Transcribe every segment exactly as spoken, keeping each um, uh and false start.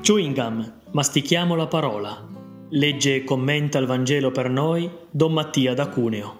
Chewing gum, mastichiamo la parola. Legge e commenta il Vangelo per noi Don Mattia da Cuneo.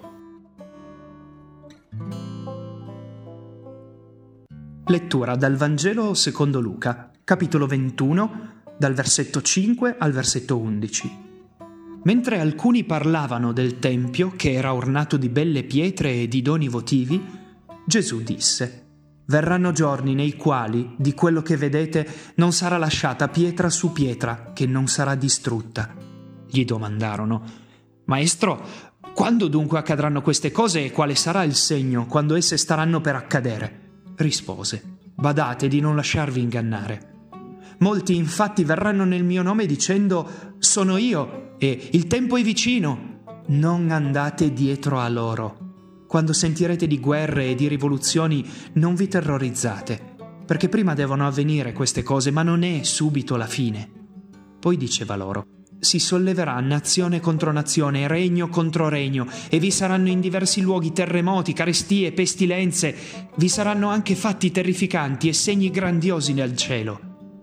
Lettura dal Vangelo secondo Luca, capitolo ventuno, dal versetto cinque al versetto undici. Mentre alcuni parlavano del tempio, che era ornato di belle pietre e di doni votivi, Gesù disse: «Verranno giorni nei quali, di quello che vedete, non sarà lasciata pietra su pietra che non sarà distrutta». Gli domandarono: «Maestro, quando dunque accadranno queste cose e quale sarà il segno quando esse staranno per accadere?» Rispose: «Badate di non lasciarvi ingannare. Molti infatti verranno nel mio nome dicendo: sono io e il tempo è vicino. Non andate dietro a loro. Quando sentirete di guerre e di rivoluzioni non vi terrorizzate, perché prima devono avvenire queste cose, ma non è subito la fine». Poi diceva loro: «Si solleverà nazione contro nazione, regno contro regno, e vi saranno in diversi luoghi terremoti, carestie, pestilenze. Vi saranno anche fatti terrificanti e segni grandiosi nel cielo».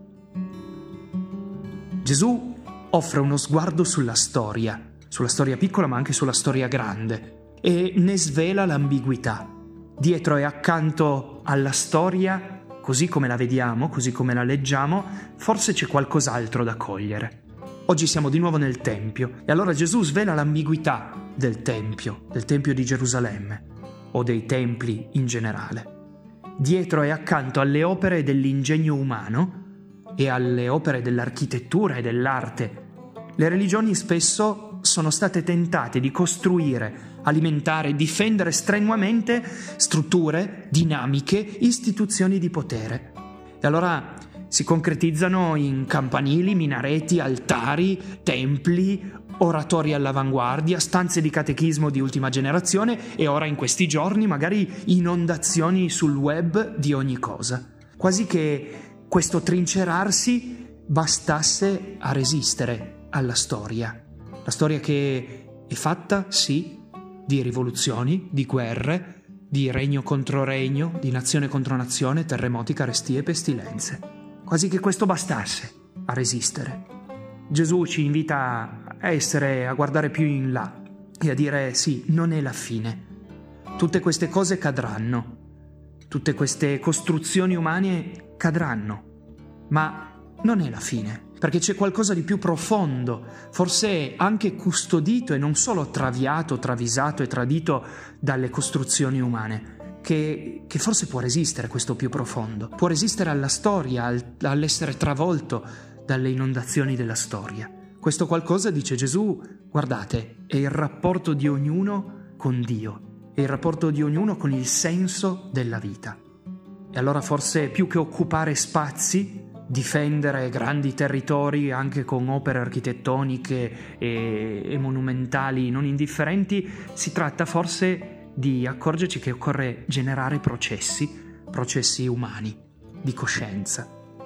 Gesù offre uno sguardo sulla storia, sulla storia piccola ma anche sulla storia grande, e ne svela l'ambiguità. Dietro e accanto alla storia, così come la vediamo, così come la leggiamo, forse c'è qualcos'altro da cogliere. Oggi siamo di nuovo nel Tempio, e allora Gesù svela l'ambiguità del Tempio, del Tempio di Gerusalemme, o dei templi in generale. Dietro e accanto alle opere dell'ingegno umano e alle opere dell'architettura e dell'arte, le religioni spesso sono state tentate di costruire, alimentare, difendere strenuamente strutture, dinamiche, istituzioni di potere. E allora si concretizzano in campanili, minareti, altari, templi, oratori all'avanguardia, stanze di catechismo di ultima generazione e ora in questi giorni magari inondazioni sul web di ogni cosa. Quasi che questo trincerarsi bastasse a resistere alla storia. La storia che è fatta, sì, di rivoluzioni, di guerre, di regno contro regno, di nazione contro nazione, terremoti, carestie e pestilenze. Quasi che questo bastasse a resistere. Gesù ci invita a essere, a guardare più in là e a dire: sì, non è la fine. Tutte queste cose cadranno, tutte queste costruzioni umane cadranno, ma non è la fine, perché c'è qualcosa di più profondo, forse anche custodito e non solo traviato, travisato e tradito dalle costruzioni umane, che, che forse può resistere questo più profondo, può resistere alla storia, al, all'essere travolto dalle inondazioni della storia. Questo qualcosa, dice Gesù, guardate, è il rapporto di ognuno con Dio, è il rapporto di ognuno con il senso della vita. E allora forse più che occupare spazi, difendere grandi territori anche con opere architettoniche e, e monumentali non indifferenti, si tratta forse di accorgerci che occorre generare processi, processi umani, di coscienza.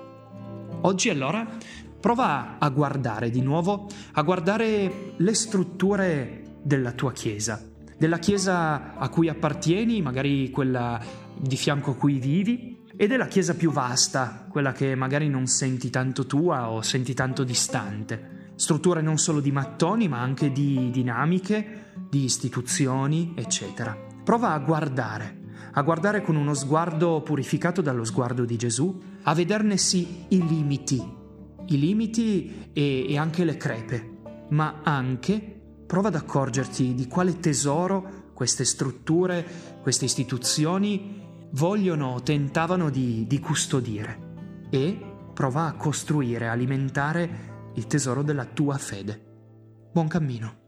Oggi allora prova a guardare di nuovo, a guardare le strutture della tua chiesa, della chiesa a cui appartieni, magari quella di fianco a cui vivi, e della chiesa più vasta, quella che magari non senti tanto tua o senti tanto distante. Strutture non solo di mattoni, ma anche di dinamiche, di istituzioni, eccetera. Prova a guardare, a guardare con uno sguardo purificato dallo sguardo di Gesù, a vederne sì i limiti, i limiti e, e anche le crepe, ma anche prova ad accorgerti di quale tesoro queste strutture, queste istituzioni vogliono, tentavano di, di custodire, e prova a costruire, a alimentare il tesoro della tua fede. Buon cammino.